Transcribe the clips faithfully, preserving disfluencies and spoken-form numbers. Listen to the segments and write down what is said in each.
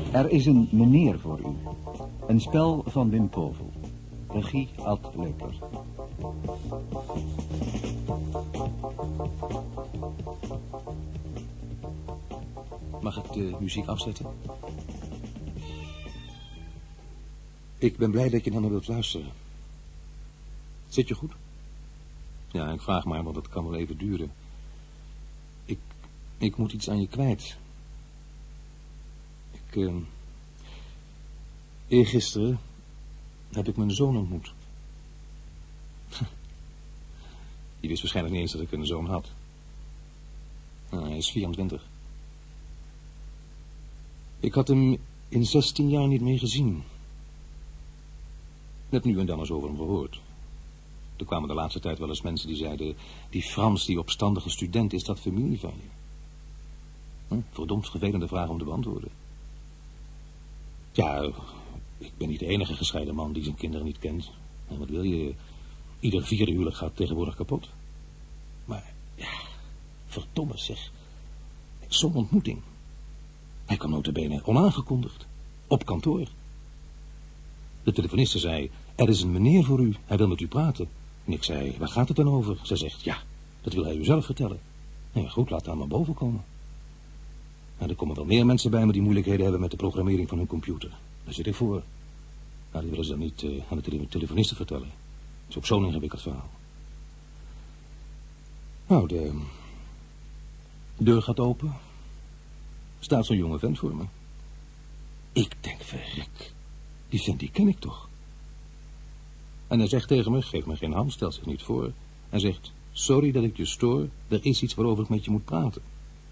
Er is een meneer voor u. Een spel van Wim Povel. Regie Ad Leupler. Mag ik de muziek afzetten? Ik ben blij dat je naar me wilt luisteren. Zit je goed? Ja, ik vraag maar, want het kan wel even duren. Ik, ik moet iets aan je kwijt. Ik, uh, eergisteren heb ik mijn zoon ontmoet. Je wist waarschijnlijk niet eens dat ik een zoon had. Nou, hij is vierentwintig. Ik had hem in zestien jaar niet meer gezien. Net nu en dan eens over hem gehoord. Er kwamen de laatste tijd wel eens mensen die zeiden... die Frans, die opstandige student, is dat familie van je? Hm? Verdomd vervelende vraag om te beantwoorden. Ja, ik ben niet de enige gescheiden man die zijn kinderen niet kent. En wat wil je? Ieder vierde huwelijk gaat tegenwoordig kapot. Maar, ja, verdomme zeg. Zo'n ontmoeting. Hij kwam nota bene onaangekondigd. Op kantoor. De telefoniste zei... er is een meneer voor u, hij wil met u praten. En ik zei, waar gaat het dan over? Zij zegt, ja, dat wil hij u zelf vertellen. Nou ja, goed, laat dan maar boven komen. Nou, er komen wel meer mensen bij me die moeilijkheden hebben met de programmering van hun computer. Daar zit ik voor. Nou, die willen ze dan niet uh, aan de tele telefoniste vertellen. Dat is ook zo'n ingewikkeld verhaal. Nou, de deur gaat open. Staat zo'n jonge vent voor me. Ik denk, verrek. Die vent, die ken ik toch. En hij zegt tegen me, geef me geen hand, stelt zich niet voor. Hij zegt, sorry dat ik je stoor, er is iets waarover ik met je moet praten.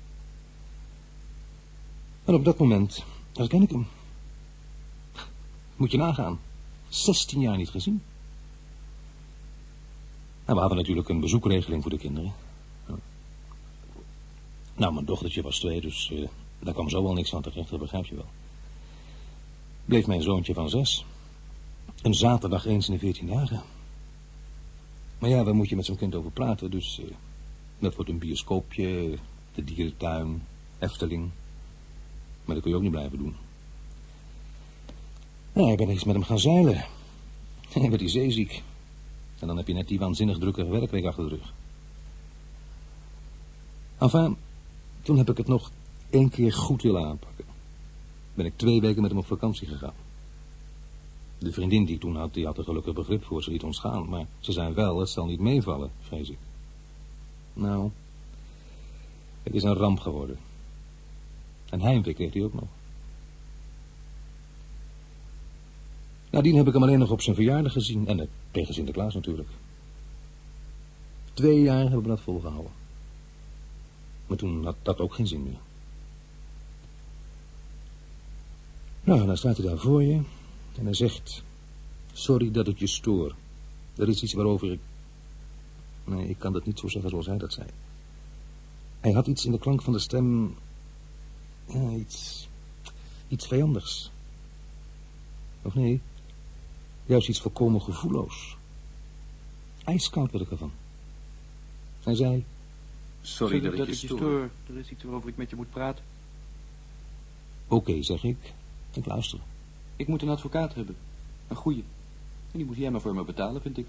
En op dat moment herken ik hem. Moet je nagaan, zestien jaar niet gezien. En we hadden natuurlijk een bezoekregeling voor de kinderen. Nou, mijn dochtertje was twee, dus uh, daar kwam zo wel niks van terecht, dat begrijp je wel. Bleef mijn zoontje van zes. Een zaterdag eens in de veertien dagen. Maar ja, waar moet je met zo'n kind over praten? Dus uh, dat wordt een bioscoopje, de dierentuin, Efteling. Maar dat kun je ook niet blijven doen. Nou, ik ben eens met hem gaan zeilen. En dan werd hij zeeziek. En dan heb je net die waanzinnig drukke werkweek achter de rug. Enfin, toen heb ik het nog één keer goed willen aanpakken. Ben ik twee weken met hem op vakantie gegaan. De vriendin die ik toen had, die had er gelukkig begrip voor, ze liet ons gaan. Maar ze zei wel, het zal niet meevallen, vrees ik. Nou, het is een ramp geworden. En heimwee kreeg hij ook nog. Nadien heb ik hem alleen nog op zijn verjaardag gezien. En het, tegen Sinterklaas natuurlijk. Twee jaar hebben we dat volgehouden. Maar toen had dat ook geen zin meer. Nou, en dan staat hij daar voor je. En hij zegt... Sorry dat ik je stoor. Er is iets waarover ik... Nee, ik kan dat niet zo zeggen zoals hij dat zei. Hij had iets in de klank van de stem... Ja, iets... Iets vijandigs. Of nee... Juist iets volkomen gevoelloos. Ijskoud werd ik ervan. Hij zei... Sorry, Sorry dat, dat ik je stoor. stoor. Er is iets waarover ik met je moet praten. Oké, okay, zeg ik. Ik luister. Ik moet een advocaat hebben. Een goeie. En die moet jij maar voor me betalen, vind ik.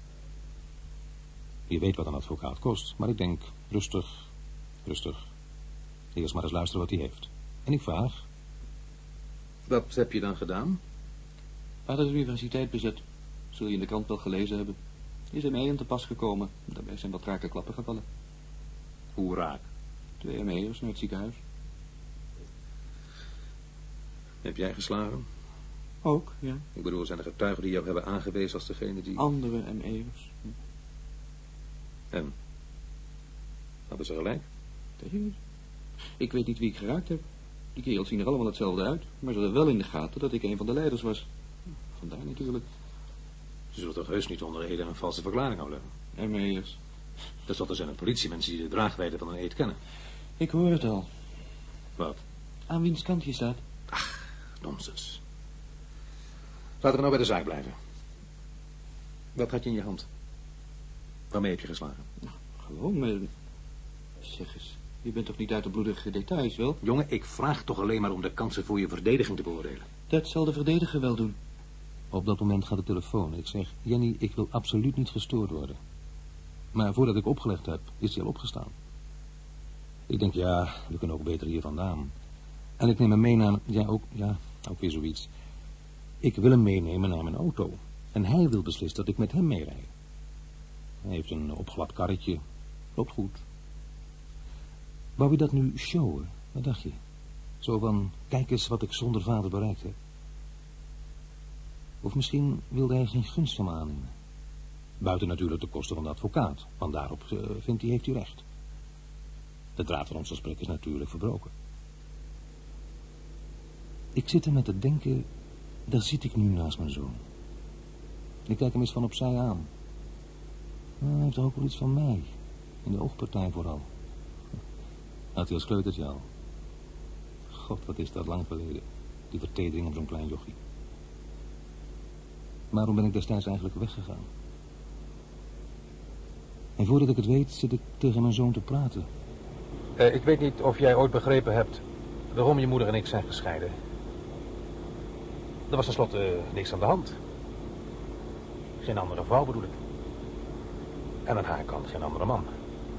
Je weet wat een advocaat kost. Maar ik denk, rustig, rustig. Eerst maar eens luisteren wat hij heeft. En ik vraag... Wat heb je dan gedaan? Vader is de universiteit bezet. Zul je in de krant wel gelezen hebben. Is M E aan te pas gekomen. Daarbij zijn wat rake klappen gevallen. Hoe raak? Twee M E'ers naar het ziekenhuis. Heb jij geslagen? Ook, ja. Ik bedoel, zijn er getuigen die jou hebben aangewezen als degene die... Andere M E'ers. Hm. En? Hadden ze gelijk? Weet je niet. Ik weet niet wie ik geraakt heb. Die kerels zien er allemaal hetzelfde uit. Maar ze hadden wel in de gaten dat ik een van de leiders was. Vandaar natuurlijk. Ze zullen toch heus niet onder ede een valse verklaring houden? M E'ers. Dat zal er zijn een politiemensen die de draagwijde van een eed kennen. Ik hoor het al. Wat? Aan wiens kant je staat. Ach, nonsens. Laten we nou bij de zaak blijven. Wat had je in je hand? Waarmee heb je geslagen? Nou, gewoon met... Zeg eens, Je bent toch niet uit de bloedige details, wel? Jongen, ik vraag toch alleen maar om de kansen voor je verdediging te beoordelen. Dat zal de verdediger wel doen. Op dat moment gaat de telefoon. Ik zeg, Jenny, ik wil absoluut niet gestoord worden. Maar voordat ik opgelegd heb, is hij al opgestaan. Ik denk, ja, we kunnen ook beter hier vandaan. En ik neem hem mee naar... Ja, ook, ja, ook weer zoiets. Ik wil hem meenemen naar mijn auto. En hij wil beslissen dat ik met hem meerijd. Hij heeft een opglad karretje. Loopt goed. Wou je dat nu showen? Wat dacht je? Zo van, kijk eens wat ik zonder vader bereikt heb. Of misschien wilde hij geen gunst van me aannemen. Buiten natuurlijk de kosten van de advocaat. Want daarop uh, vindt hij, heeft hij recht. De draad van ons gesprek is natuurlijk verbroken. Ik zit er met te denken, daar zit ik nu naast mijn zoon. Ik kijk hem eens van opzij aan. Nou, hij heeft toch ook wel iets van mij. In de oogpartij vooral. Had hij als kleutertje al. God, wat is dat lang geleden. Die vertedering om zo'n klein jochie. Waarom ben ik destijds eigenlijk weggegaan? En voordat ik het weet, zit ik tegen mijn zoon te praten. Uh, ik weet niet of jij ooit begrepen hebt waarom je moeder en ik zijn gescheiden. Er was tenslotte uh, niks aan de hand. Geen andere vrouw bedoel ik. En aan haar kant geen andere man.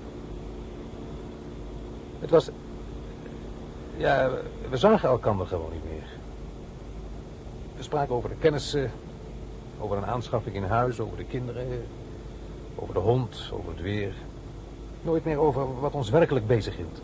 Het was... Ja, we zagen elkander gewoon niet meer. We spraken over de kennissen, over een aanschaffing in huis, over de kinderen, over de hond, over het weer. Nooit meer over wat ons werkelijk bezighield.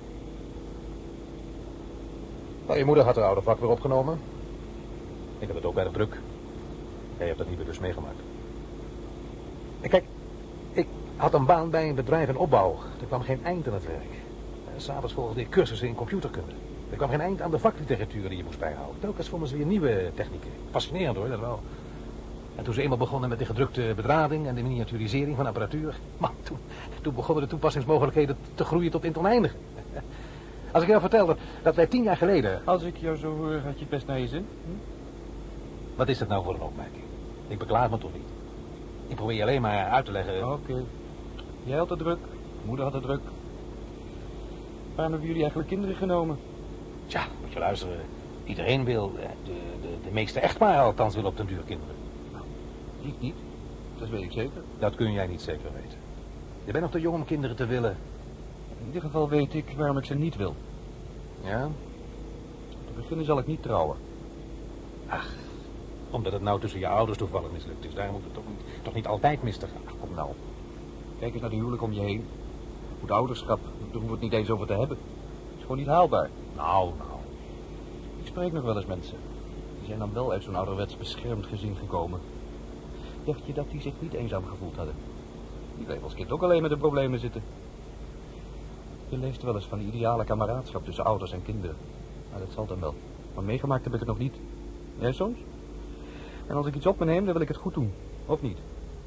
Nou, je moeder had haar oude vak weer opgenomen. Ik heb het ook erg druk. Jij hebt dat niet meer dus meegemaakt. En kijk, ik had een baan bij een bedrijf in opbouw. Er kwam geen eind aan het werk. S'avonds volgde ik cursussen in computerkunde. Er kwam geen eind aan de vakliteratuur die je moest bijhouden. Telkens vonden ze weer nieuwe technieken. Fascinerend hoor, dat wel. En toen ze eenmaal begonnen met de gedrukte bedrading en de miniaturisering van apparatuur... Man, toen, toen begonnen de toepassingsmogelijkheden te groeien tot in het oneindige. Als ik jou vertelde dat wij tien jaar geleden... Als ik jou zo hoor, had je best naar je zin. Hm? Wat is dat nou voor een opmerking? Ik beklaag me toch niet. Ik probeer je alleen maar uit te leggen... Oké. Okay. Jij had het druk, moeder had het druk. Waarom hebben jullie eigenlijk kinderen genomen? Tja, moet je luisteren. Iedereen wil, de, de, de meeste echtparen althans willen op den duur kinderen. Nou, ik niet. Dat weet ik zeker. Dat kun jij niet zeker weten. Je bent nog te jong om kinderen te willen. In ieder geval weet ik waarom ik ze niet wil. Ja? Te beginnen zal ik niet trouwen. Ach, omdat het nou tussen je ouders toevallig mislukt is. Daar moet het toch niet, toch niet altijd mis te gaan. Ach, kom nou. Kijk eens naar de huwelijk om je heen. Goed ouderschap, daar hoeven we het niet eens over te hebben. Het is gewoon niet haalbaar. Nou, nou. Ik spreek nog wel eens mensen. Die zijn dan wel uit zo'n ouderwets beschermd gezin gekomen. Dacht je dat die zich niet eenzaam gevoeld hadden? Die bleef als kind ook alleen met de problemen zitten. Je leest wel eens van die ideale kameraadschap tussen ouders en kinderen. Maar dat zal dan wel. Maar meegemaakt heb ik het nog niet. Jij soms? En als ik iets op me neem, dan wil ik het goed doen. Of niet?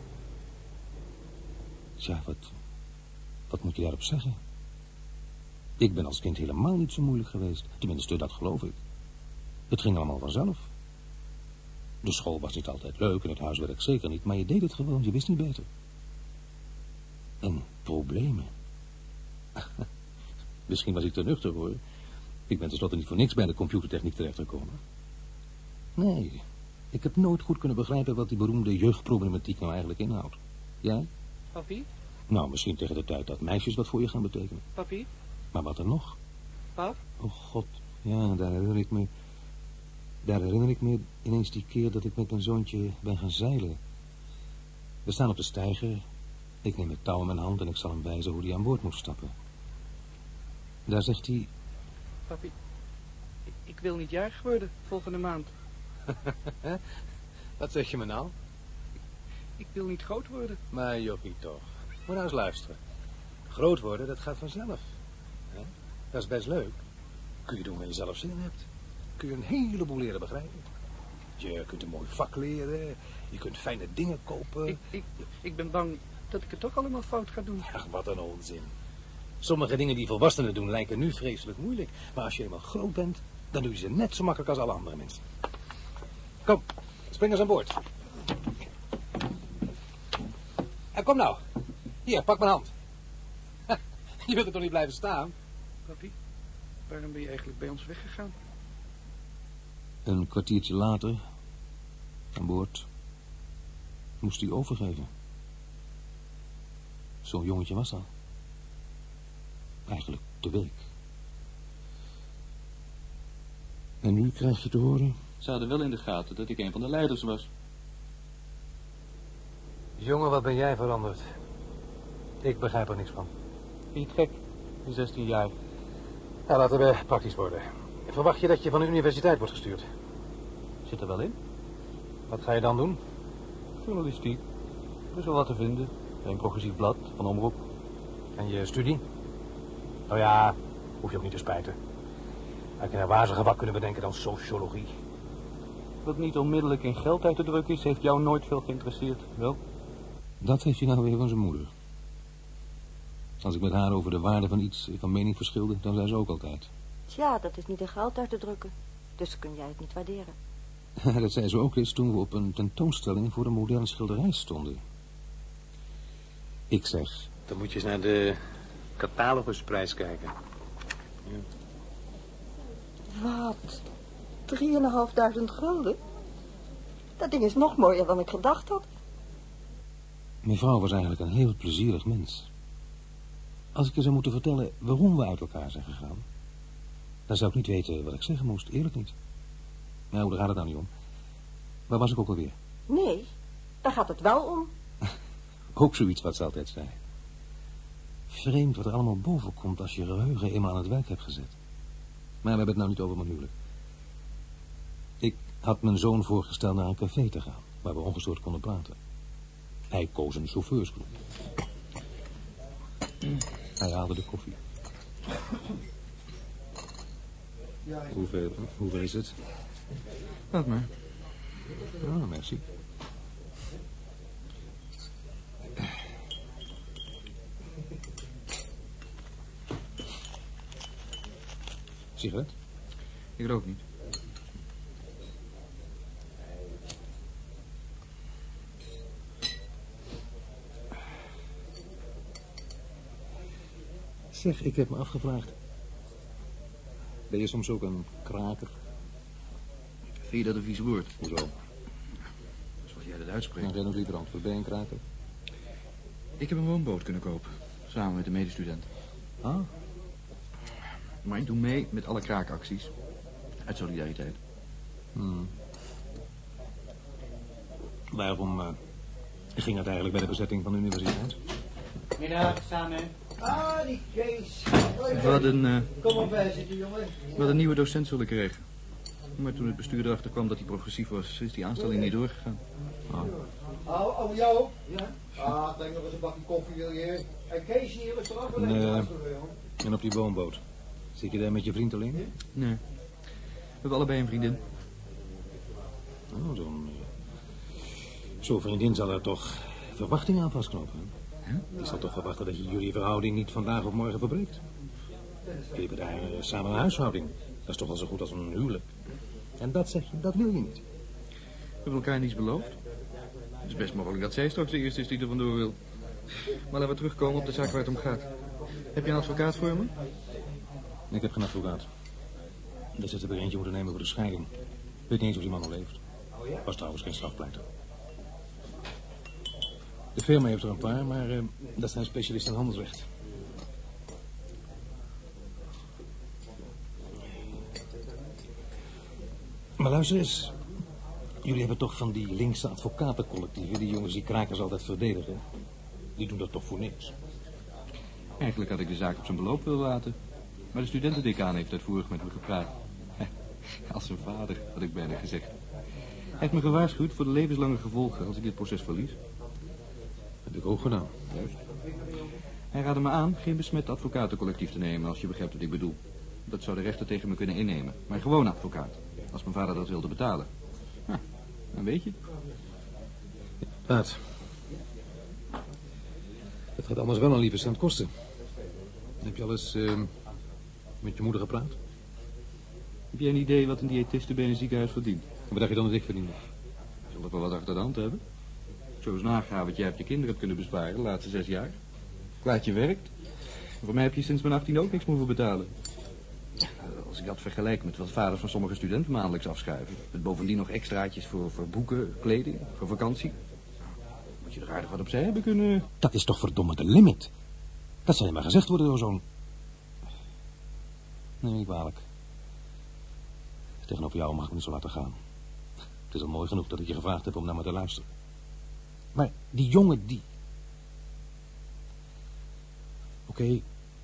Tja, wat... Wat moet je daarop zeggen? Ik ben als kind helemaal niet zo moeilijk geweest. Tenminste, dat geloof ik. Het ging allemaal vanzelf. De school was niet altijd leuk en het huiswerk zeker niet. Maar je deed het gewoon, je wist niet beter. En problemen. Misschien was ik te nuchter hoor. Ik ben tenslotte niet voor niks bij de computertechniek terechtgekomen. Nee, ik heb nooit goed kunnen begrijpen wat die beroemde jeugdproblematiek nou eigenlijk inhoudt. Jij? Papi? Nou, misschien tegen de tijd dat meisjes wat voor je gaan betekenen. Papi? Maar wat er nog? Pap? Oh god, ja, daar herinner ik me... Daar herinner ik me ineens die keer dat ik met mijn zoontje ben gaan zeilen. We staan op de steiger. Ik neem het touw in mijn hand en ik zal hem wijzen hoe hij aan boord moet stappen. Daar zegt hij... Papi, ik, ik wil niet jarig worden volgende maand. Wat zeg je me nou? Ik wil niet groot worden. Maar jochie toch. Moet nou eens luisteren. Groot worden, dat gaat vanzelf. He? Dat is best leuk. Kun je doen waar je zelf zin in hebt. Kun je een heleboel leren begrijpen. Je kunt een mooi vak leren. Je kunt fijne dingen kopen. Ik, ik, ik ben bang dat ik het toch allemaal fout ga doen. Ach, wat een onzin. Sommige dingen die volwassenen doen lijken nu vreselijk moeilijk. Maar als je eenmaal groot bent, dan doe je ze net zo makkelijk als alle andere mensen. Kom, spring eens aan boord. En kom nou. Hier, pak mijn hand. Je wilt er toch niet blijven staan? Papi, waarom ben je eigenlijk bij ons weggegaan? Een kwartiertje later, aan boord, moest hij overgeven. Zo'n jongetje was dat. Eigenlijk te week. En nu krijg je te horen... Ze hadden wel in de gaten dat ik een van de leiders was. Jongen, wat ben jij veranderd? Ik begrijp er niks van. Vind je het gek? In zestien jaar. Nou, laten we praktisch worden. Verwacht je dat je van de universiteit wordt gestuurd? Zit er wel in. Wat ga je dan doen? Journalistiek. Er is wel wat te vinden. Een progressief blad van Omroep. En je studie? Nou ja, hoef je ook niet te spijten. Had je een wazige wat kunnen bedenken dan sociologie? Wat niet onmiddellijk in geld uit te drukken is, heeft jou nooit veel geïnteresseerd, wel? Dat heeft hij nou weer van zijn moeder. Als ik met haar over de waarde van iets van mening verschilde, dan zei ze ook altijd. Tja, dat is niet in geld uit te drukken. Dus kun jij het niet waarderen. Dat zei ze ook eens toen we op een tentoonstelling voor een moderne schilderij stonden. Ik zeg... Dan moet je eens naar de catalogusprijs kijken. Ja. Wat? Drieënhalfduizend gulden? Dat ding is nog mooier dan ik gedacht had. Mijn vrouw was eigenlijk een heel plezierig mens. Als ik je zou moeten vertellen waarom we uit elkaar zijn gegaan... dan zou ik niet weten wat ik zeggen moest, eerlijk niet. Nou, daar gaat het nou niet om. Waar was ik ook alweer? Nee, daar gaat het wel om. Ook zoiets wat ze altijd zei. Vreemd wat er allemaal boven komt als je geheugen eenmaal aan het werk hebt gezet. Maar we hebben het nou niet over mijn huwelijk. Ik had mijn zoon voorgesteld naar een café te gaan, waar we ongestoord konden praten. Hij koos een chauffeursgroep. Hij haalde de koffie. Hoeveel, hoeveel is het? Laat maar. Oh, merci. Sigaret? Ik rook niet. Zeg, ik heb me afgevraagd. Ben je soms ook een kraker? Vind je dat een vies woord? Hoezo? Zoals jij dat uitspreekt. Nou, zijn nog liever antwoord. Ben je een kraker? Ik heb een woonboot kunnen kopen. Samen met een medestudent. Ah. Maar ik doe mee met alle kraakacties. Uit solidariteit. Hmm. Waarom uh, ging het eigenlijk bij de bezetting van de universiteit? Middag, samen. Ah, die Kees. We hadden, uh, Kom op bij zitten, jongen. we hadden een nieuwe docent zullen krijgen. Maar toen het bestuur erachter kwam dat hij progressief was, is die aanstelling niet doorgegaan. Oh. Oh, oh, jou? Ja. Ah, denk nog eens een bakje koffie, wil je? En Kees hier is er af. En, uh, en op die woonboot. Zit je daar met je vriend alleen? Nee. We hebben allebei een vriendin. Oh, zo'n... Zo'n vriendin zal er toch verwachtingen aan vastknopen. Huh? Die zal toch verwachten dat je jullie verhouding niet vandaag of morgen verbreekt. Jullie hebben daar uh, samen een huishouding. Dat is toch al zo goed als een huwelijk. En dat zeg je, dat wil je niet. We hebben elkaar niets beloofd. Het is best mogelijk dat zij straks de eerste is die er vandoor wil. Maar laten we terugkomen op de zaak waar het om gaat. Heb je een advocaat voor me? Ik heb geen advocaat. Dat zit er weer eentje moeten nemen voor de scheiding. Ik weet niet eens of die man nog leeft. Was trouwens geen strafpleiter. De firma heeft er een paar, maar uh, dat zijn specialisten in handelsrecht. Maar luister eens. Jullie hebben toch van die linkse advocatencollectieven, die jongens die krakers altijd verdedigen. Die doen dat toch voor niks. Eigenlijk had ik de zaak op zijn beloop willen laten. Maar de studentendecaan heeft uitvoerig met me gepraat. Als zijn vader, had ik bijna gezegd. Hij heeft me gewaarschuwd voor de levenslange gevolgen als ik dit proces verlies. Heb ik ook gedaan. Juist. Hij raadde me aan geen besmet advocatencollectief te nemen, als je begrijpt wat ik bedoel. Dat zou de rechter tegen me kunnen innemen. Maar gewoon advocaat. Als mijn vader dat wilde betalen. Nou, dan weet je. Raad. Het gaat anders wel een lieve cent kosten. Heb je al eens uh, met je moeder gepraat? Heb jij een idee wat een diëtiste bij een ziekenhuis verdient? Wat dacht je dan dat ik verdiende? Zal ik wel wat achter de hand hebben? Zo eens nagaan wat jij op je kinderen hebt kunnen besparen de laatste zes jaar. Klaartje werkt. Voor mij heb je sinds mijn achttien ook niks meer hoeven betalen. Als ik dat vergelijk met wat vaders van sommige studenten maandelijks afschuiven. Met bovendien nog extraatjes voor, voor boeken, kleding, voor vakantie. Moet je er aardig wat opzij hebben kunnen... Dat is toch verdomme de limit. Dat zal je maar gezegd worden door zo'n... Neem me niet kwalijk. Tegenover jou mag ik niet zo laten gaan. Het is al mooi genoeg dat ik je gevraagd heb om naar me te luisteren. Maar die jongen die... Oké. Okay.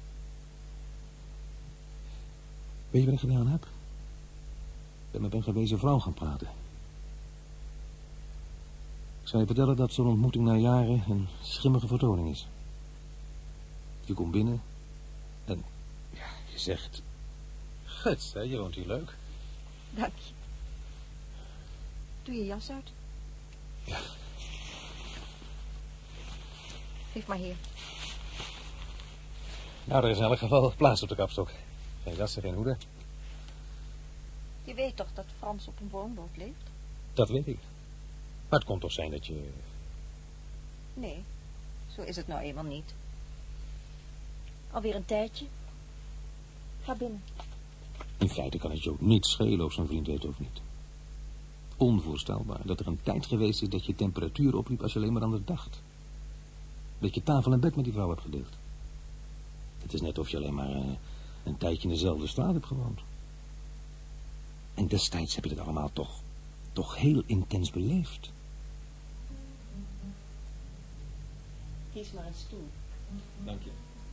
Weet je wat ik gedaan heb? Ik ben met een gewezen vrouw gaan praten. Ik zou je vertellen dat zo'n ontmoeting na jaren een schimmige vertoning is. Je komt binnen en ja, je zegt... Guts, hè, je woont hier leuk. Dank je. Doe je jas uit. Ja. Geef maar hier. Nou, er is in elk geval plaats op de kapstok. Geen jassen, geen hoeden. Je weet toch dat Frans op een woonboot leeft? Dat weet ik. Maar het kon toch zijn dat je... Nee, zo is het nou eenmaal niet. Alweer een tijdje. Ga binnen. In feite kan het je ook niet schelen of zijn vriend weet of niet. Onvoorstelbaar dat er een tijd geweest is dat je temperatuur opliep als je alleen maar aan het dacht. Dat je tafel en bed met die vrouw hebt gedeeld. Het is net of je alleen maar uh, een tijdje in dezelfde straat hebt gewoond. En destijds heb je het allemaal toch, toch heel intens beleefd. Kies maar een stoel. Dank je.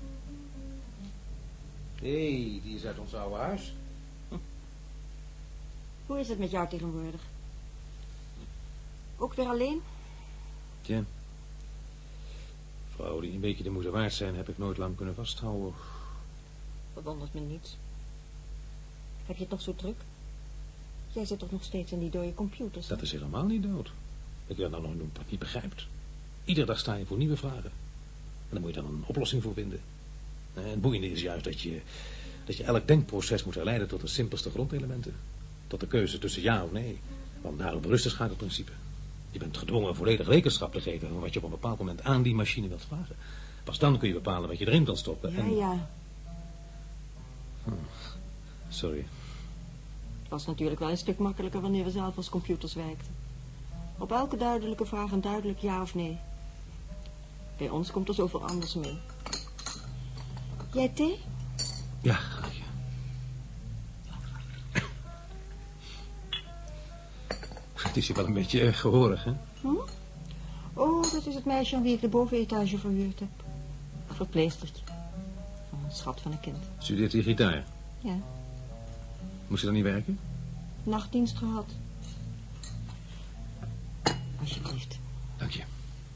Hé, hey, die is uit ons oude huis. Hm. Hoe is het met jou tegenwoordig? Ook weer alleen? Tja. Vrouwen die een beetje de moeite waard zijn, heb ik nooit lang kunnen vasthouden. Verwondert me niets. Heb je het toch zo druk? Jij zit toch nog steeds in die dode computers? Dat is helemaal niet dood. Ik wil nou nog doen wat niet begrijpt. Iedere dag sta je voor nieuwe vragen. En daar moet je dan een oplossing voor vinden. En het boeiende is juist dat je, dat je elk denkproces moet herleiden tot de simpelste grondelementen. Tot de keuze tussen ja of nee. Want daarop berust het schakelprincipe. Je bent gedwongen volledig rekenschap te geven van wat je op een bepaald moment aan die machine wilt vragen. Pas dan kun je bepalen wat je erin kan stoppen. Ja, en... ja. Hm. Sorry. Het was natuurlijk wel een stuk makkelijker wanneer we zelf als computers werkten. Op elke duidelijke vraag een duidelijk ja of nee. Bij ons komt er zoveel anders mee. Jij thee? Ja, graag je. Het is hier wel een beetje uh, gehoorig, hè? Hm? Oh, dat is het meisje aan wie ik de bovenetage verhuurd heb. Een verpleestertje. Oh, een schat van een kind. Studeert hij gitaar? Ja. Moest je dan niet werken? Nachtdienst gehad. Alsjeblieft. Dank je.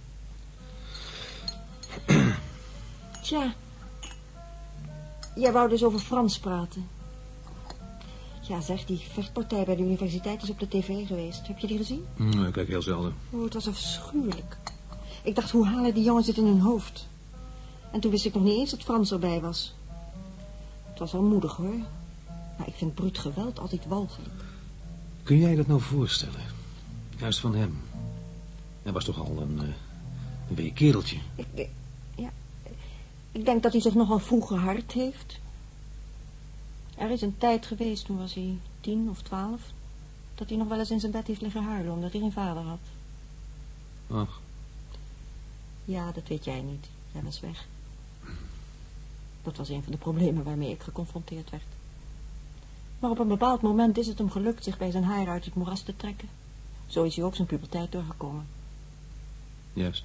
Tja. Jij wou dus over Frans praten. Ja, zeg, die vechtpartij bij de universiteit is op de tv geweest. Heb je die gezien? Nee, ik kijk heel zelden. Oh, het was afschuwelijk. Ik dacht, hoe halen die jongens het in hun hoofd? En toen wist ik nog niet eens dat Frans erbij was. Het was wel moedig, hoor. Maar ik vind bruut geweld altijd walgelijk. Kun jij dat nou voorstellen? Juist van hem. Hij was toch al een, uh, een beetje kereltje. Ik, ik, ja, ik denk dat hij zich nogal vroeg gehard heeft. Er is een tijd geweest, toen was hij tien of twaalf, dat hij nog wel eens in zijn bed heeft liggen huilen, omdat hij geen vader had. Ach. Ja, dat weet jij niet. Jij was weg. Dat was een van de problemen waarmee ik geconfronteerd werd. Maar op een bepaald moment is het hem gelukt zich bij zijn haar uit het moeras te trekken. Zo is hij ook zijn puberteit doorgekomen. Juist.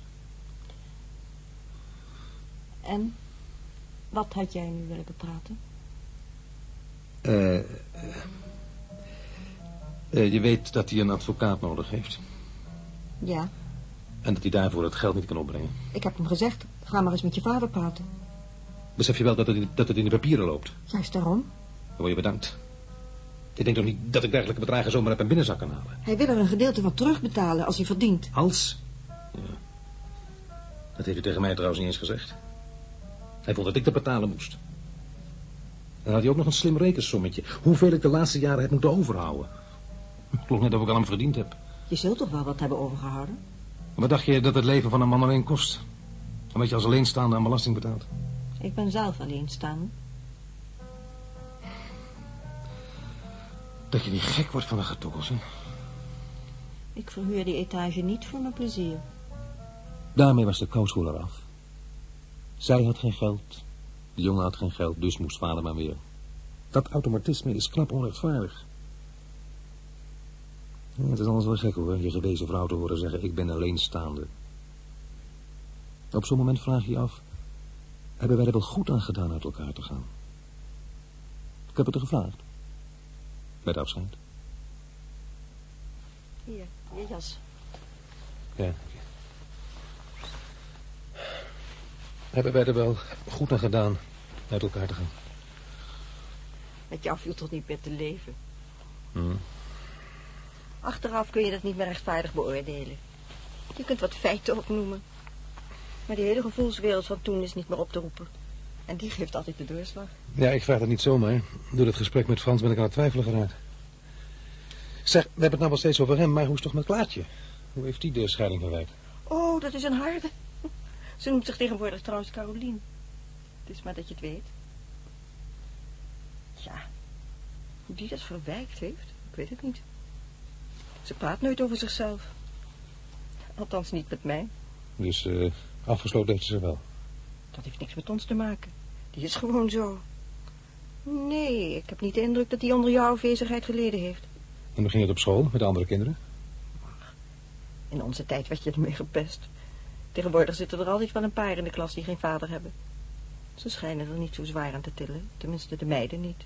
En, wat had jij nu willen bepraten? Uh, uh, uh, je weet dat hij een advocaat nodig heeft. Ja. En dat hij daarvoor het geld niet kan opbrengen. Ik heb hem gezegd, ga maar eens met je vader praten. Besef je wel dat het in, dat het in de papieren loopt? Juist daarom. Dan word je bedankt. Ik denk toch niet dat ik dergelijke bedragen zomaar uit mijn binnenzak kan halen? Hij wil er een gedeelte van terugbetalen als hij verdient. Als? Ja. Dat heeft hij tegen mij trouwens niet eens gezegd. Hij vond dat ik te betalen moest. Dan had hij ook nog een slim rekensommetje. Hoeveel ik de laatste jaren heb moeten overhouden. Ik geloof net of ik al hem verdiend heb. Je zult toch wel wat hebben overgehouden? Wat dacht je dat het leven van een man alleen kost? En wat je als alleenstaande aan belasting betaalt? Ik ben zelf alleenstaande. Dat je niet gek wordt van de getokkels, hè? Ik verhuur die etage niet voor mijn plezier. Daarmee was de kouschool eraf. Zij had geen geld, de jongen had geen geld, dus moest vader maar weer. Dat automatisme is knap onrechtvaardig. Ja, het is anders wel gek hoor, je gewezen vrouw te horen zeggen, ik ben alleenstaande. Op zo'n moment vraag je je af, hebben wij er wel goed aan gedaan uit elkaar te gaan? Ik heb het er gevraagd. Bij de afscheid. Hier, je jas. Ja. Hebben wij er wel goed aan gedaan uit elkaar te gaan? Met jou viel toch niet meer te leven? Hmm. Achteraf kun je dat niet meer rechtvaardig beoordelen. Je kunt wat feiten opnoemen. Maar die hele gevoelswereld van toen is niet meer op te roepen. En die geeft altijd de doorslag. Ja, ik vraag dat niet zomaar. Door het gesprek met Frans ben ik aan het twijfelen geraakt. Zeg, we hebben het nou wel steeds over hem, maar hoe is het toch met Klaartje? Hoe heeft die de scheiding verwerkt? Oh, dat is een harde. Ze noemt zich tegenwoordig trouwens Carolien. Het is maar dat je het weet. Ja, hoe die dat verwijkt heeft, ik weet het niet. Ze praat nooit over zichzelf. Althans niet met mij. Dus uh, afgesloten heeft ze ze wel. Dat heeft niks met ons te maken. Die is gewoon zo. Nee, ik heb niet de indruk dat die onder jouw afwezigheid geleden heeft. En hoe ging het op school met de andere kinderen? In onze tijd werd je ermee gepest. Tegenwoordig zitten er altijd wel een paar in de klas die geen vader hebben. Ze schijnen er niet zo zwaar aan te tillen. Tenminste, de meiden niet.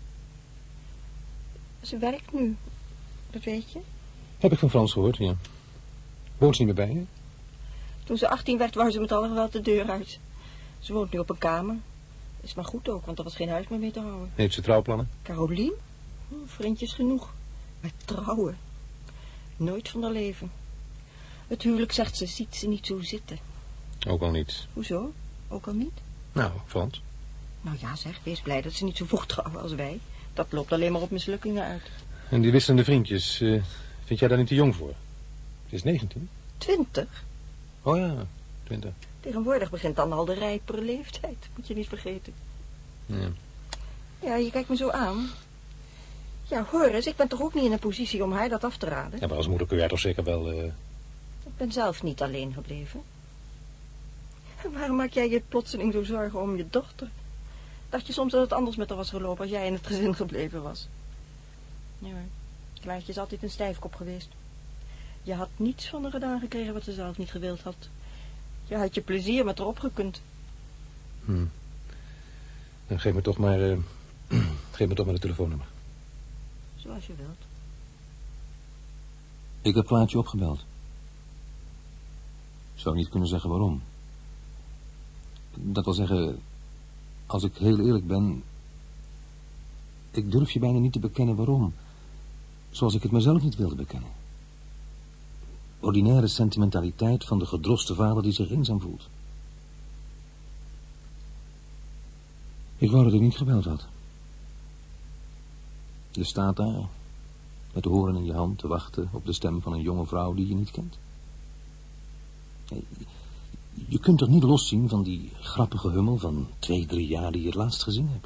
Ze werkt nu. Dat weet je. Heb ik van Frans gehoord, ja. Woont ze niet meer bij je? Toen ze achttien werd, wou ze met alle geweld de deur uit. Ze woont nu op een kamer. Is maar goed ook, want er was geen huis meer mee te houden. Heeft ze trouwplannen? Carolien? Hm, vriendjes genoeg. Maar trouwen? Nooit van haar leven. Het huwelijk, zegt ze, ziet ze niet zo zitten. Ook al niet. Hoezo? Ook al niet? Nou, Frans. Nou ja, zeg, wees blij dat ze niet zo vroeg trouwen als wij. Dat loopt alleen maar op mislukkingen uit. En die wisselende vriendjes, uh, vind jij daar niet te jong voor? Ze is negentien. Twintig? Oh ja, twintig. Tegenwoordig begint dan al de rijpere leeftijd, moet je niet vergeten. Ja. Ja, je kijkt me zo aan. Ja, hoor eens, ik ben toch ook niet in een positie om haar dat af te raden? Ja, maar als moeder kun jij toch zeker wel... Uh... Ik ben zelf niet alleen gebleven. En waarom maak jij je plotseling zo zorgen om je dochter? Dacht je soms dat het anders met haar was gelopen als jij in het gezin gebleven was? Ja, maar Klaartje is altijd een stijfkop geweest. Je had niets van haar gedaan gekregen wat ze zelf niet gewild had. Je had je plezier met haar opgekund. Hm. Dan geef me toch maar... Uh, geef me toch maar de telefoonnummer. Zoals je wilt. Ik heb Klaartje opgebeld. Zou niet kunnen zeggen waarom. Dat wil zeggen, als ik heel eerlijk ben... Ik durf je bijna niet te bekennen waarom. Zoals ik het mezelf niet wilde bekennen. Ordinaire sentimentaliteit van de gedroste vader die zich eenzaam voelt. Ik wou dat ik niet gebeld had. Je staat daar, met de hoorn in je hand, te wachten op de stem van een jonge vrouw die je niet kent. Je kunt toch niet loszien van die grappige hummel van twee, drie jaar die je het laatst gezien hebt.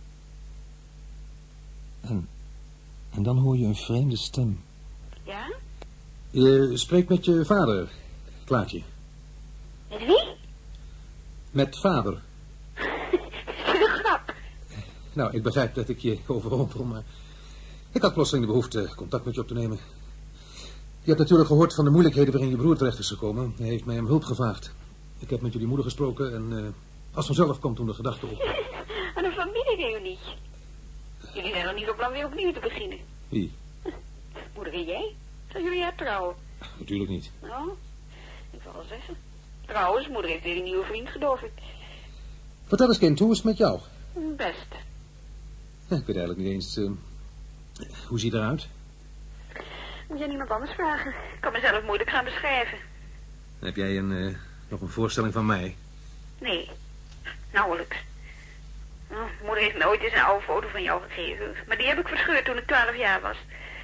En, en dan hoor je een vreemde stem. Ja? Je spreekt met je vader, Klaartje. Met wie? Met vader. Dat is een grap. Nou, ik begrijp dat ik je overrompel, maar... Ik had plotseling de behoefte contact met je op te nemen. Je hebt natuurlijk gehoord van de moeilijkheden waarin je broer terecht is gekomen. Hij heeft mij om hulp gevraagd. Ik heb met jullie moeder gesproken en uh, als vanzelf komt toen de gedachte op. Aan een familiereunie. Jullie zijn nog niet op plan weer opnieuw te beginnen. Wie? Moeder en jij? Gaan jullie haar trouwen? Natuurlijk niet. Nou, ik zal wel zeggen. Trouwens, moeder heeft weer een nieuwe vriend, geloof ik. Vertel eens, kind, hoe is het met jou? Best. Ja, ik weet eigenlijk niet eens... Uh, hoe ziet het eruit? Moet jij niemand anders vragen? Ik kan mezelf moeilijk gaan beschrijven. Heb jij een, uh, nog een voorstelling van mij? Nee, nauwelijks. Oh, moeder heeft me ooit eens een oude foto van jou gegeven. Maar die heb ik verscheurd toen ik twaalf jaar was.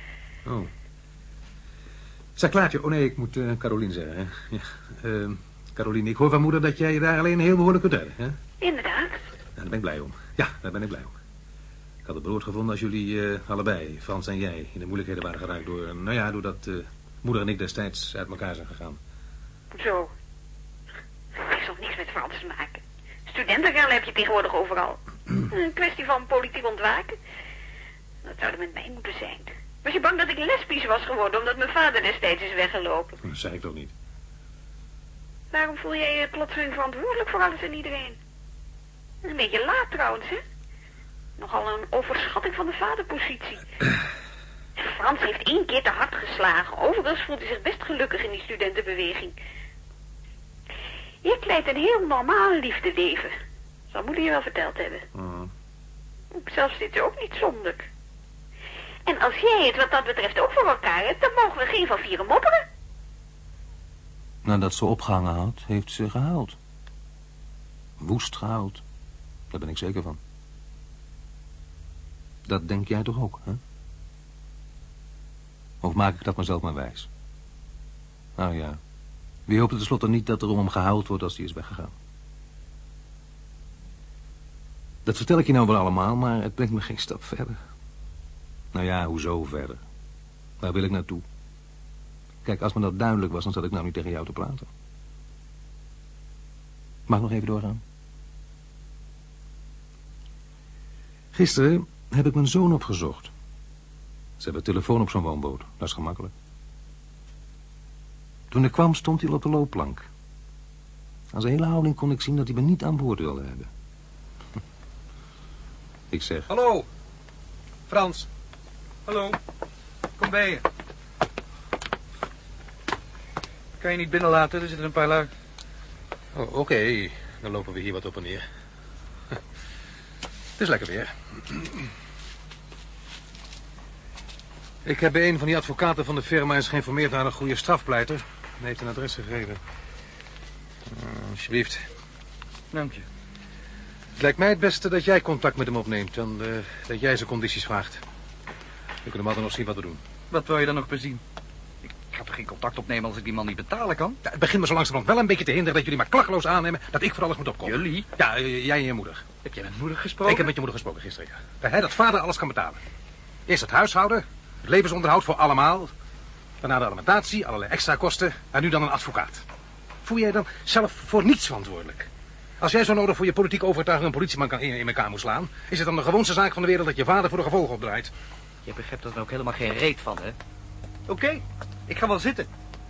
Oh. Zeg, Klaartje. Oh nee, ik moet uh, Carolien zeggen. Hè? Ja. Uh, Caroline, ik hoor van moeder dat jij je daar alleen heel behoorlijk kunt redden, hè? Inderdaad. Nou, daar ben ik blij om. Ja, daar ben ik blij om. Ik had het beroerd gevonden als jullie uh, allebei, Frans en jij, in de moeilijkheden waren geraakt door, nou ja, doordat uh, moeder en ik destijds uit elkaar zijn gegaan. Zo. Het heeft toch niks met Frans te maken. Studentengaan heb je tegenwoordig overal. Een kwestie van politiek ontwaken. Dat zou er met mij moeten zijn. Was je bang dat ik lesbisch was geworden omdat mijn vader destijds is weggelopen? Dat zei ik toch niet. Waarom voel jij je plotseling verantwoordelijk voor alles en iedereen? Een beetje laat trouwens, hè? Nogal een overschatting van de vaderpositie. Frans heeft één keer te hard geslagen. Overigens voelt hij zich best gelukkig in die studentenbeweging. Je leidt een heel normaal liefdeleven. Zal moeder je wel verteld hebben. Uh. Zelfs zit ze ook niet zonder. En als jij het wat dat betreft ook voor elkaar hebt, dan mogen we geen van vieren mopperen. Nadat ze opgehangen had, heeft ze gehuild. Woest gehuild. Daar ben ik zeker van. Dat denk jij toch ook, hè? Of maak ik dat mezelf maar wijs? Nou ja, wie hoopt er tenslotte niet dat er om hem gehuild wordt als hij is weggegaan? Dat vertel ik je nou wel allemaal, maar het brengt me geen stap verder. Nou ja, hoezo verder? Waar wil ik naartoe? Kijk, als me dat duidelijk was, dan zat ik nou niet tegen jou te praten. Mag ik nog even doorgaan? Gisteren heb ik mijn zoon opgezocht. Ze hebben telefoon op zo'n woonboot. Dat is gemakkelijk. Toen ik kwam, stond hij al op de loopplank. Aan zijn hele houding kon ik zien dat hij me niet aan boord wilde hebben. Ik zeg... Hallo, Frans. Hallo, kom bij je. Kan je niet binnenlaten, er zitten een paar lui. Oh, Oké, okay. Dan lopen we hier wat op en neer. Het is lekker weer. Ik heb bij een van die advocaten van de firma eens geïnformeerd naar een goede strafpleiter. Hij heeft een adres gegeven. Uh, alsjeblieft. Dank je. Het lijkt mij het beste dat jij contact met hem opneemt en uh, dat jij zijn condities vraagt. We kunnen altijd nog zien wat we doen. Wat wil je dan nog bezien? Ik ga toch geen contact opnemen als ik die man niet betalen kan? Ja, het begint me zo langzamerhand wel een beetje te hinderen dat jullie maar klakkeloos aannemen dat ik voor alles moet opkomen. Jullie? Ja, uh, jij en je moeder. Heb jij met moeder gesproken? Ik heb met je moeder gesproken gisteren, ja. Hij dat vader alles kan betalen. Eerst het huishouden, het levensonderhoud voor allemaal. Daarna de alimentatie, allerlei extra kosten en nu dan een advocaat. Voel jij dan zelf voor niets verantwoordelijk? Als jij zo nodig voor je politieke overtuiging een politieman kan in, in elkaar moet slaan, is het dan de gewoonste zaak van de wereld dat je vader voor de gevolgen opdraait? Je begrijpt er ook helemaal geen reet van, hè? Oké, okay, ik ga wel zitten.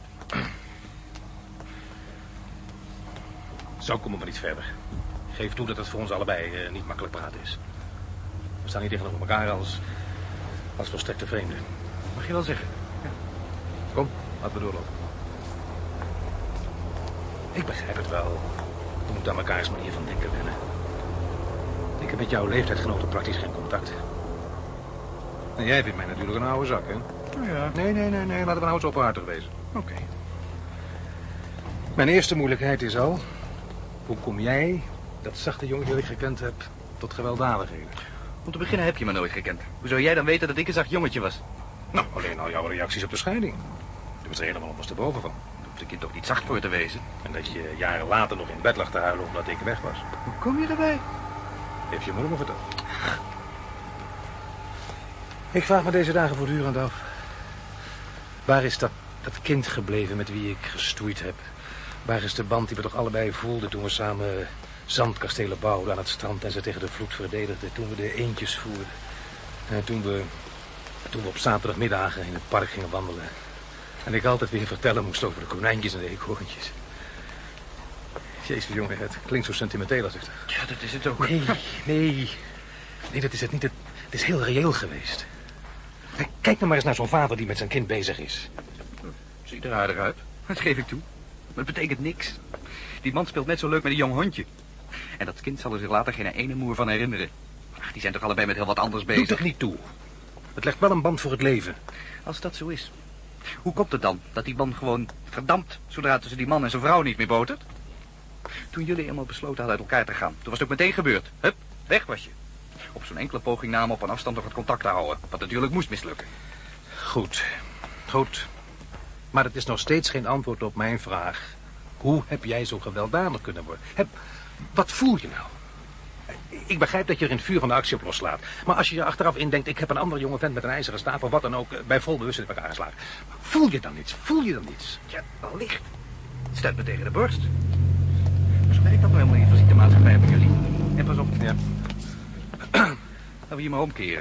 Zo komen we niet verder. Geef toe dat het voor ons allebei uh, niet makkelijk praten is. We staan hier tegenover elkaar als, als volstrekte vreemden. Mag je wel zeggen. Ja. Kom, laten we doorlopen. Ik begrijp het wel. We moeten aan elkaars manier van denken wennen. Ik heb met jouw leeftijdgenoten praktisch geen contact. En jij vindt mij natuurlijk een oude zak, hè? Oh ja. Nee, nee, nee, nee. Laten we nou eens openhartig wezen. Oké. Okay. Mijn eerste moeilijkheid is al... Hoe kom jij, dat zachte jongetje dat ik gekend heb, tot gewelddadigheden? Om te beginnen heb je me nooit gekend. Hoe zou jij dan weten dat ik een zacht jongetje was? Nou, alleen al jouw reacties op de scheiding. Daar was er helemaal ondersteboven van. Daar hoeft een kind toch niet zacht voor te wezen? En dat je jaren later nog in bed lag te huilen omdat ik weg was. Hoe kom je erbij? Heeft je moeder me verteld. Ik vraag me deze dagen voortdurend af. Waar is dat, dat kind gebleven met wie ik gestoeid heb? Waar is de band die we toch allebei voelden toen we samen zandkastelen bouwden aan het strand en ze tegen de vloed verdedigden? Toen we de eendjes voerden. En toen we, toen we op zaterdagmiddagen in het park gingen wandelen. En ik altijd weer vertellen moest over de konijntjes en de eekhoorntjes. Jezus jongen, het klinkt zo sentimenteel als ik dat. Ja, dat is het ook. Nee, nee. Nee, dat is het niet. Het, het is heel reëel geweest. Kijk nou maar eens naar zo'n vader die met zijn kind bezig is. Ziet er aardig uit. Dat geef ik toe. Maar het betekent niks. Die man speelt net zo leuk met een jong hondje. En dat kind zal er zich later geen ene moer van herinneren. Ach, die zijn toch allebei met heel wat anders bezig. Doe toch niet toe. Het legt wel een band voor het leven. Als dat zo is. Hoe komt het dan dat die man gewoon verdampt zodra tussen die man en zijn vrouw niet meer botert? Toen jullie eenmaal besloten hadden uit elkaar te gaan, toen was het ook meteen gebeurd. Hup, weg was je. Op zo'n enkele poging namen op een afstand nog het contact te houden. Wat natuurlijk moest mislukken. Goed, goed. Maar het is nog steeds geen antwoord op mijn vraag. Hoe heb jij zo gewelddadig kunnen worden? Heb, wat voel je nou? Ik begrijp dat je er in het vuur van de actie op loslaat. Maar als je je achteraf indenkt, ik heb een andere jonge vent met een ijzeren staaf of wat dan ook bij vol bewustzijn in elkaar geslagen. Voel je dan niets? Voel je dan niets? Ja, wellicht. Het stuit me tegen de borst. Maar zo werkt dat nou helemaal niet, van ziektemaatschappijen van jullie. En pas op. Ja. Laten we hier maar omkeren.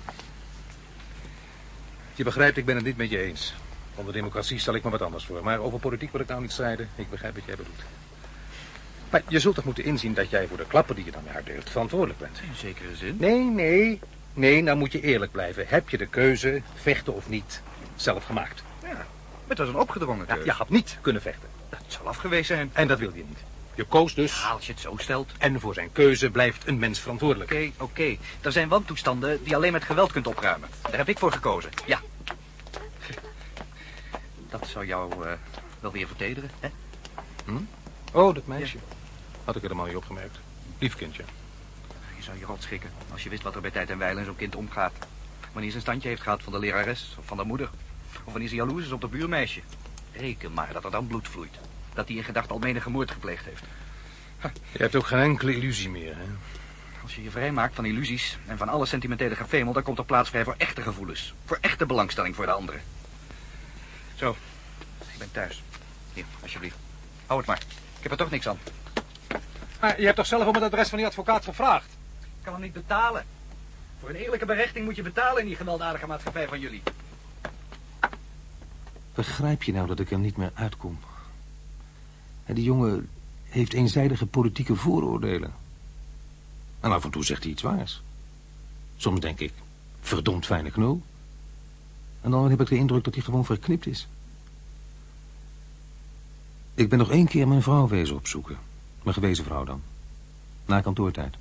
Je begrijpt, ik ben het niet met je eens. Onder democratie stel ik me wat anders voor. Maar over politiek wil ik nou niet strijden. Ik begrijp wat jij bedoelt. Maar je zult toch moeten inzien dat jij voor de klappen die je dan uitdeelt verantwoordelijk bent. In zekere zin. Nee, nee. Nee, nou moet je eerlijk blijven. Heb je de keuze, vechten of niet, zelf gemaakt? Ja, maar het was een opgedrongen Ja, keuze. je had niet kunnen vechten. Dat zal afgewezen zijn. En dat wil je niet. Je koos dus. Ja, als je het zo stelt. En voor zijn keuze blijft een mens verantwoordelijk. Oké, oké. Okay. Er zijn wantoestanden die je alleen met geweld kunt opruimen. Daar heb ik voor gekozen. Ja. Dat zou jou uh, wel weer vertederen, hè? Hm? Oh, dat meisje. Ja. Had ik helemaal niet opgemerkt. Lief kindje. Je zou je rot schikken als je wist wat er bij tijd en wijle in zo'n kind omgaat. Wanneer ze een standje heeft gehad van de lerares of van de moeder. Of wanneer ze jaloers is op de buurmeisje. Reken maar dat er dan bloed vloeit. Dat hij in gedachten al menige moord gepleegd heeft. Je hebt ook geen enkele illusie meer, hè? Als je je vrijmaakt van illusies en van alle sentimentele gefemel, dan komt er plaats vrij voor echte gevoelens. Voor echte belangstelling voor de anderen. Zo, ik ben thuis. Hier, alsjeblieft. Hou het maar. Ik heb er toch niks aan. Maar je hebt toch zelf om het adres van die advocaat gevraagd? Ik kan hem niet betalen. Voor een eerlijke berechting moet je betalen in die gewelddadige maatschappij van jullie. Begrijp je nou dat ik er niet meer uitkom? Die jongen heeft eenzijdige politieke vooroordelen. En af en toe zegt hij iets waars. Soms denk ik, verdomd fijne knul. En dan heb ik de indruk dat hij gewoon verknipt is. Ik ben nog één keer mijn vrouw wezen opzoeken. Mijn gewezen vrouw dan. Na kantoortijd.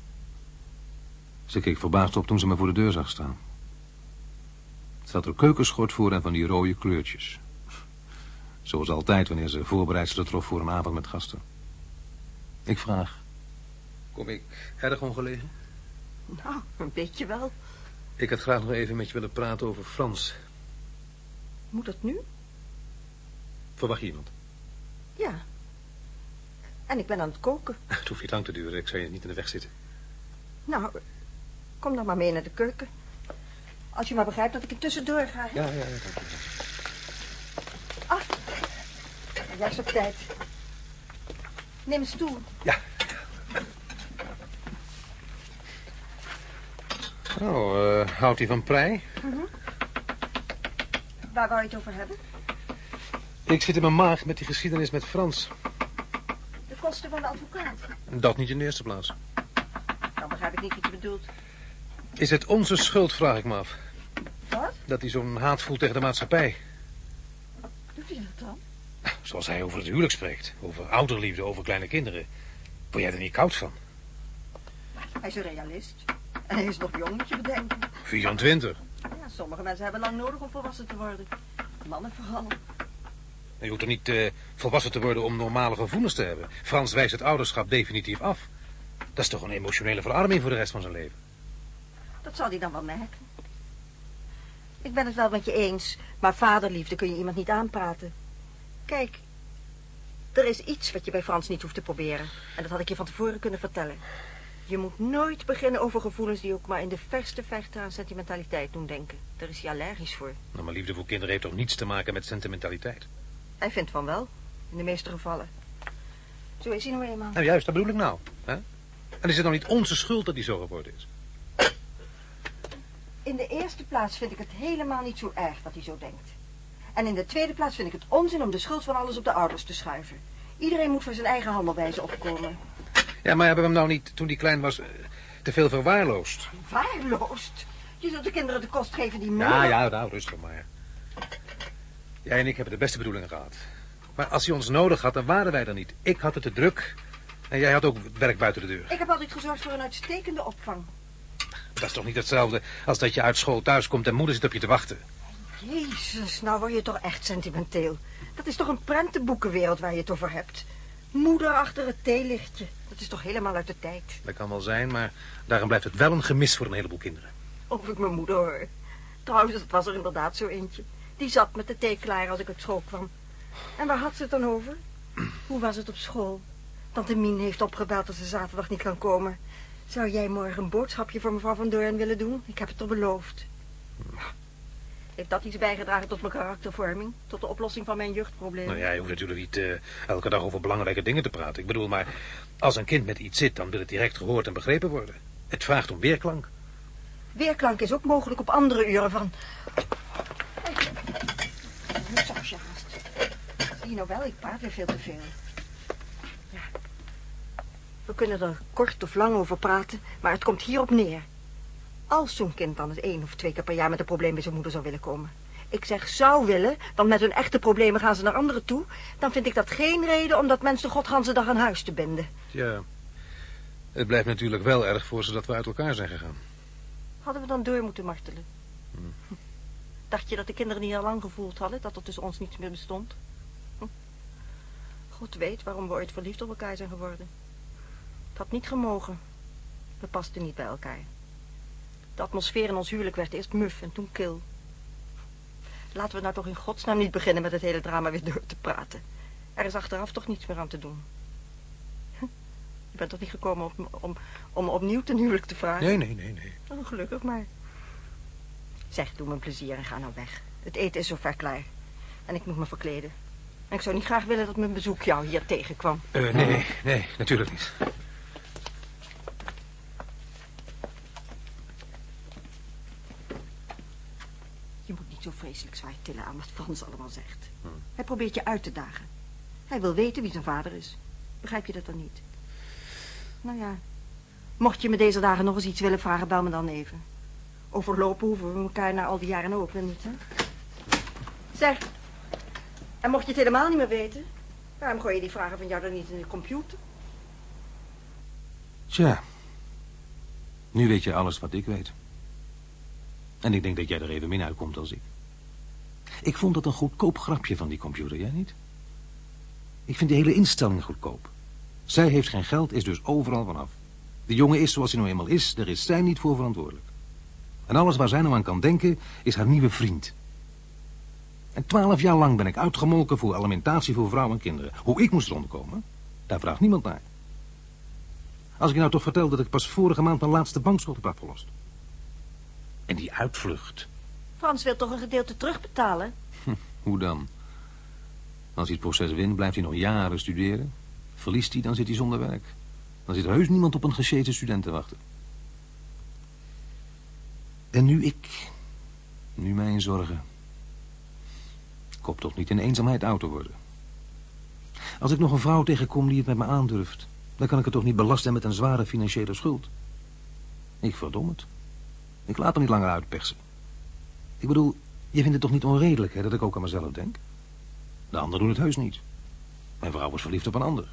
Ze keek verbaasd op toen ze me voor de deur zag staan. Er zat er keukenschort voor en van die rode kleurtjes. Zoals altijd wanneer ze voorbereidselen trof voor een avond met gasten. Ik vraag. Kom ik erg ongelegen? Nou, een beetje wel. Ik had graag nog even met je willen praten over Frans. Moet dat nu? Verwacht je iemand? Ja. En ik ben aan het koken. Het hoeft niet lang te duren, ik zou je niet in de weg zitten. Nou, kom dan maar mee naar de keuken. Als je maar begrijpt dat ik er tussendoor ga. Hè? Ja, ja, ja, dank je. Ah, juist op tijd. Neem een stoel. Ja. Oh, uh, houdt hij van prei? Mm-hmm. Waar wou je het over hebben? Ik zit in mijn maag met die geschiedenis met Frans. De kosten van de advocaat. Dat niet in de eerste plaats. Dan begrijp ik niet wat je bedoelt. Is het onze schuld, vraag ik me af. Wat? Dat hij zo'n haat voelt tegen de maatschappij. Doet hij dat dan? Zoals hij over het huwelijk spreekt. Over ouderliefde, over kleine kinderen. Word jij er niet koud van? Hij is een realist. En hij is nog jong, moet je bedenken. vierentwintig. Ja, sommige mensen hebben lang nodig om volwassen te worden. Mannen vooral. Je hoeft er niet uh, volwassen te worden om normale gevoelens te hebben. Frans wijst het ouderschap definitief af. Dat is toch een emotionele verarming voor de rest van zijn leven. Dat zal hij dan wel merken. Ik ben het wel met je eens, maar vaderliefde kun je iemand niet aanpraten. Kijk, er is iets wat je bij Frans niet hoeft te proberen. En dat had ik je van tevoren kunnen vertellen. Je moet nooit beginnen over gevoelens die ook maar in de verste verte aan sentimentaliteit doen denken. Daar is hij allergisch voor. Nou, maar liefde voor kinderen heeft toch niets te maken met sentimentaliteit? Hij vindt van wel, in de meeste gevallen. Zo is hij nou eenmaal. Nou juist, dat bedoel ik nou. Hè? En is het nou niet onze schuld dat hij zo geworden is? In de eerste plaats vind ik het helemaal niet zo erg dat hij zo denkt. En in de tweede plaats vind ik het onzin om de schuld van alles op de ouders te schuiven. Iedereen moet voor zijn eigen handelwijze opkomen. Ja, maar hebben we hem nou niet, toen hij klein was, te veel verwaarloosd? Verwaarloosd? Je zult de kinderen de kost geven die minder... Ja, ja, nou, rustig maar. Jij en ik hebben de beste bedoelingen gehad. Maar als hij ons nodig had, dan waren wij er niet. Ik had het te druk. En jij had ook werk buiten de deur. Ik heb altijd gezorgd voor een uitstekende opvang. Dat is toch niet hetzelfde als dat je uit school thuis komt en moeder zit op je te wachten? Jezus, nou word je toch echt sentimenteel. Dat is toch een prentenboekenwereld waar je het over hebt. Moeder achter het theelichtje. Dat is toch helemaal uit de tijd. Dat kan wel zijn, maar daarom blijft het wel een gemis voor een heleboel kinderen. Of ik mijn moeder hoor. Trouwens, het was er inderdaad zo eentje. Die zat met de thee klaar als ik uit school kwam. En waar had ze het dan over? Hoe was het op school? Tante Mien heeft opgebeld dat ze zaterdag niet kan komen. Zou jij morgen een boodschapje voor mevrouw Van Doorn willen doen? Ik heb het toch beloofd. Heeft dat iets bijgedragen tot mijn karaktervorming? Tot de oplossing van mijn jeugdproblemen? Nou ja, je hoeft natuurlijk niet uh, elke dag over belangrijke dingen te praten. Ik bedoel, maar als een kind met iets zit, dan wil het direct gehoord en begrepen worden. Het vraagt om weerklank. Weerklank is ook mogelijk op andere uren van... Een sausje haast. Zie je nou wel, ik praat weer veel te veel. Ja. We kunnen er kort of lang over praten, maar het komt hierop neer. Als zo'n kind dan het één of twee keer per jaar met een probleem bij zijn moeder zou willen komen. Ik zeg zou willen, want met hun echte problemen gaan ze naar anderen toe. Dan vind ik dat geen reden om dat mens de godganse dag aan huis te binden. Ja, het blijft natuurlijk wel erg voor ze dat we uit elkaar zijn gegaan. Hadden we dan door moeten martelen? Hm. Dacht je dat de kinderen niet al lang gevoeld hadden, dat er tussen ons niets meer bestond? Hm. God weet waarom we ooit verliefd op elkaar zijn geworden. Het had niet gemogen. We pasten niet bij elkaar. De atmosfeer in ons huwelijk werd eerst muf en toen kil. Laten we nou toch in godsnaam niet beginnen met het hele drama weer door te praten. Er is achteraf toch niets meer aan te doen. Je bent toch niet gekomen om, om, om opnieuw ten huwelijk te vragen? Nee, nee, nee, nee. Oh, gelukkig maar. Zeg, doe me een plezier en ga nou weg. Het eten is zover klaar. En ik moet me verkleden. En ik zou niet graag willen dat mijn bezoek jou hier tegenkwam. Uh, nee, nee, natuurlijk niet. Je moet niet zo vreselijk zwaar tillen aan wat Frans allemaal zegt. Hm. Hij probeert je uit te dagen. Hij wil weten wie zijn vader is. Begrijp je dat dan niet? Nou ja, mocht je me deze dagen nog eens iets willen vragen, bel me dan even. Overlopen hoeven we elkaar na al die jaren ook weer niet, hè? Zeg, en mocht je het helemaal niet meer weten, waarom gooi je die vragen van jou dan niet in de computer? Tja, nu weet je alles wat ik weet. En ik denk dat jij er even min uitkomt als ik. Ik vond dat een goedkoop grapje van die computer, jij niet? Ik vind die hele instelling goedkoop. Zij heeft geen geld, is dus overal vanaf. De jongen is zoals hij nou eenmaal is, daar is zij niet voor verantwoordelijk. En alles waar zij nou aan kan denken, is haar nieuwe vriend. En twaalf jaar lang ben ik uitgemolken voor alimentatie voor vrouwen en kinderen. Hoe ik moest rondkomen, daar vraagt niemand naar. Als ik je nou toch vertel dat ik pas vorige maand mijn laatste bankschuld heb afgelost. En die uitvlucht. Frans wil toch een gedeelte terugbetalen? Hm, hoe dan? Als hij het proces wint, blijft hij nog jaren studeren. Verliest hij, dan zit hij zonder werk. Dan zit er heus niemand op een gesjeete student te wachten. En nu ik. Nu mijn zorgen. Ik hoop toch niet in eenzaamheid oud te worden. Als ik nog een vrouw tegenkom die het met me aandurft, dan kan ik het toch niet belasten met een zware financiële schuld. Ik verdom het. Ik laat er niet langer uitpersen. Ik bedoel, je vindt het toch niet onredelijk, hè, dat ik ook aan mezelf denk? De anderen doen het heus niet. Mijn vrouw was verliefd op een ander.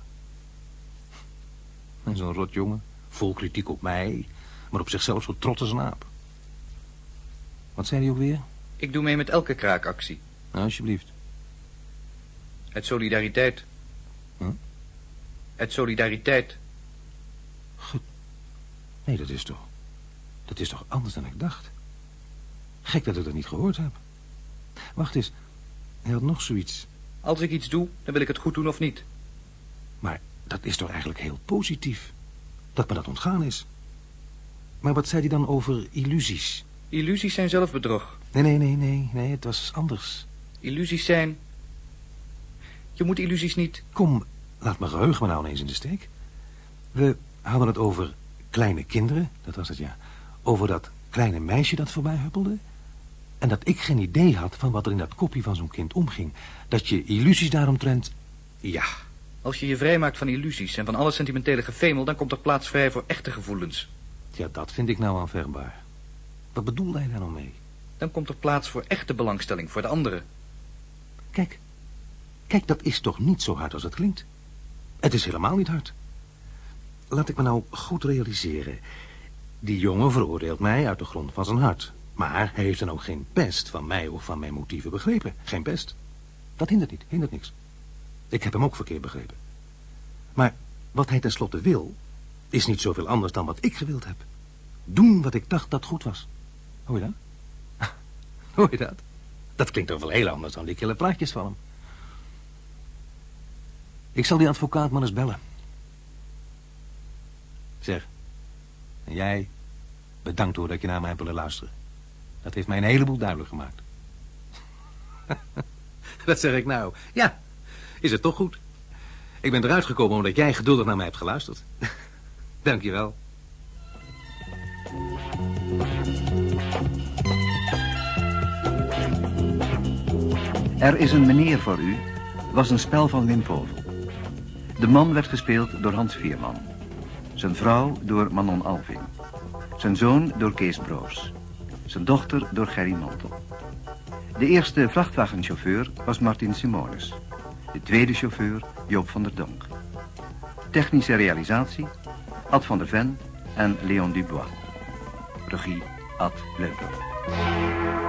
En zo'n rotjongen, vol kritiek op mij, maar op zichzelf zo trots als een aap. Wat zei hij ook weer? Ik doe mee met elke kraakactie. Nou, alsjeblieft. Uit solidariteit. Huh? Uit solidariteit. Goed. Nee, dat is toch... Dat is toch anders dan ik dacht. Gek dat ik dat niet gehoord heb. Wacht eens. Hij had nog zoiets. Als ik iets doe, dan wil ik het goed doen of niet. Maar dat is toch eigenlijk heel positief. Dat me dat ontgaan is. Maar wat zei hij dan over illusies? Illusies zijn zelfbedrog. Nee, nee, nee, nee. Nee, het was anders. Illusies zijn... Je moet illusies niet... Kom, laat mijn geheugen me nou ineens in de steek. We hadden het over kleine kinderen, dat was het ja. Over dat kleine meisje dat voorbij huppelde. En dat ik geen idee had van wat er in dat kopje van zo'n kind omging. Dat je illusies daaromtrent... Ja. Als je je vrijmaakt van illusies en van alle sentimentele gefemel, dan komt er plaats vrij voor echte gevoelens. Ja, dat vind ik nou aanvechtbaar. Wat bedoelde hij daar nou mee? Dan komt er plaats voor echte belangstelling voor de anderen. Kijk, kijk, dat is toch niet zo hard als het klinkt. Het is helemaal niet hard. Laat ik me nou goed realiseren. Die jongen veroordeelt mij uit de grond van zijn hart. Maar hij heeft dan ook geen pest van mij of van mijn motieven begrepen. Geen pest. Dat hindert niet, hindert niks. Ik heb hem ook verkeerd begrepen. Maar wat hij tenslotte wil, is niet zoveel anders dan wat ik gewild heb. Doen wat ik dacht dat goed was. Hoor je dat? Hoor je dat? Dat klinkt toch wel heel anders dan die kille praatjes van hem. Ik zal die advocaat maar eens bellen. Zeg, en jij, bedankt hoor dat je naar mij hebt willen luisteren. Dat heeft mij een heleboel duidelijk gemaakt. Dat zeg ik nou. Ja, is het toch goed. Ik ben eruit gekomen omdat jij geduldig naar mij hebt geluisterd. Dank je wel. Er is een meneer voor u was een spel van Wim Povel. De man werd gespeeld door Hans Veerman. Zijn vrouw door Manon Alving. Zijn zoon door Kees Broos. Zijn dochter door Gerry Mantel. De eerste vrachtwagenchauffeur was Martin Simonis. De tweede chauffeur Joop van der Donk. Technische realisatie Ad van der Ven en Leon Dubois. Regie Ad Leupel.